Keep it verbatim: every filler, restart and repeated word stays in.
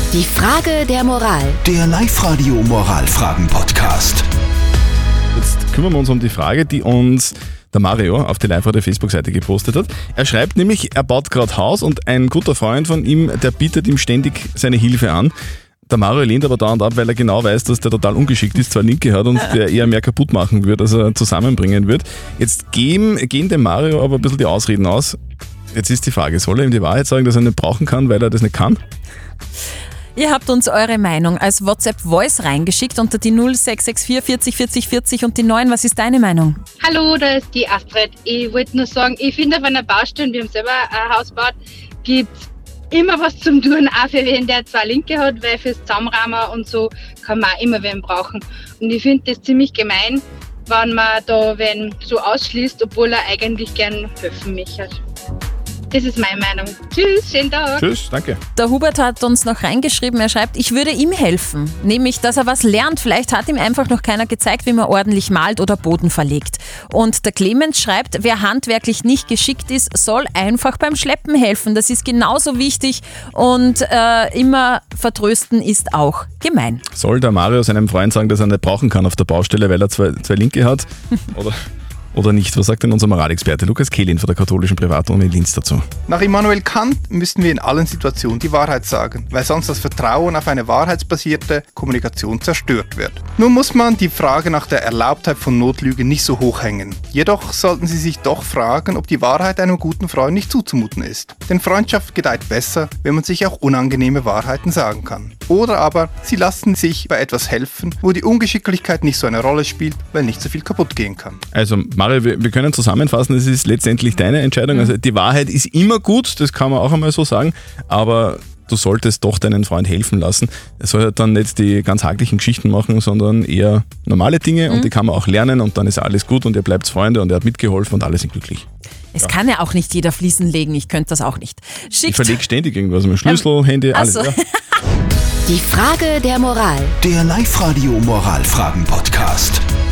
Die Frage der Moral. Der Live-Radio-Moralfragen-Podcast. Jetzt kümmern wir uns um die Frage, die uns der Mario auf die Live-Radio-Facebook-Seite gepostet hat. Er schreibt nämlich, er baut gerade Haus und ein guter Freund von ihm, der bietet ihm ständig seine Hilfe an. Der Mario lehnt aber dauernd ab, weil er genau weiß, dass der total ungeschickt ist, zwei Linke hat und der eher mehr kaputt machen wird, als er zusammenbringen wird. Jetzt gehen, gehen dem Mario aber ein bisschen die Ausreden aus. Jetzt ist die Frage, soll er ihm die Wahrheit sagen, dass er nicht brauchen kann, weil er das nicht kann? Ihr habt uns eure Meinung als WhatsApp-Voice reingeschickt unter die null sechs sechs vier vierzig vierzig vierzig und die neun. Was ist deine Meinung? Hallo, da ist die Astrid. Ich wollte nur sagen, ich finde auf einer Baustelle, wir haben selber ein Haus gebaut, gibt es immer was zum Tun, auch für wen, der zwei Linke hat, weil fürs Zusammenrahmen und so kann man auch immer wen brauchen. Und ich finde das ziemlich gemein, wenn man da wen so ausschließt, obwohl er eigentlich gern helfen möchte. Das ist meine Meinung. Tschüss, schönen Tag. Tschüss, danke. Der Hubert hat uns noch reingeschrieben, er schreibt, ich würde ihm helfen. Nämlich, dass er was lernt. Vielleicht hat ihm einfach noch keiner gezeigt, wie man ordentlich malt oder Boden verlegt. Und der Clemens schreibt, wer handwerklich nicht geschickt ist, soll einfach beim Schleppen helfen. Das ist genauso wichtig und äh, immer vertrösten ist auch gemein. Soll der Mario seinem Freund sagen, dass er nicht brauchen kann auf der Baustelle, weil er zwei, zwei Linke hat? Oder... Oder nicht? Was sagt denn unser Moralexperte Lukas Kehlin von der katholischen Privatuni Linz dazu? Nach Immanuel Kant müssten wir in allen Situationen die Wahrheit sagen, weil sonst das Vertrauen auf eine wahrheitsbasierte Kommunikation zerstört wird. Nun muss man die Frage nach der Erlaubtheit von Notlügen nicht so hoch hängen. Jedoch sollten Sie sich doch fragen, ob die Wahrheit einem guten Freund nicht zuzumuten ist. Denn Freundschaft gedeiht besser, wenn man sich auch unangenehme Wahrheiten sagen kann. Oder aber Sie lassen sich bei etwas helfen, wo die Ungeschicklichkeit nicht so eine Rolle spielt, weil nicht so viel kaputt gehen kann. Also Mario, wir, wir können zusammenfassen, es ist letztendlich deine Entscheidung. Also die Wahrheit ist immer gut, das kann man auch einmal so sagen, aber du solltest doch deinen Freund helfen lassen. Er soll halt dann nicht die ganz haklichen Geschichten machen, sondern eher normale Dinge mhm. und die kann man auch lernen und dann ist alles gut und ihr bleibt Freunde und er hat mitgeholfen und alle sind glücklich. Es ja. kann ja auch nicht jeder Fliesen legen, ich könnte das auch nicht. Schickt. Ich verlege ständig irgendwas mit Schlüssel, ähm, Handy, alles. So. Ja. Die Frage der Moral. Der Live-Radio-Moralfragen-Podcast.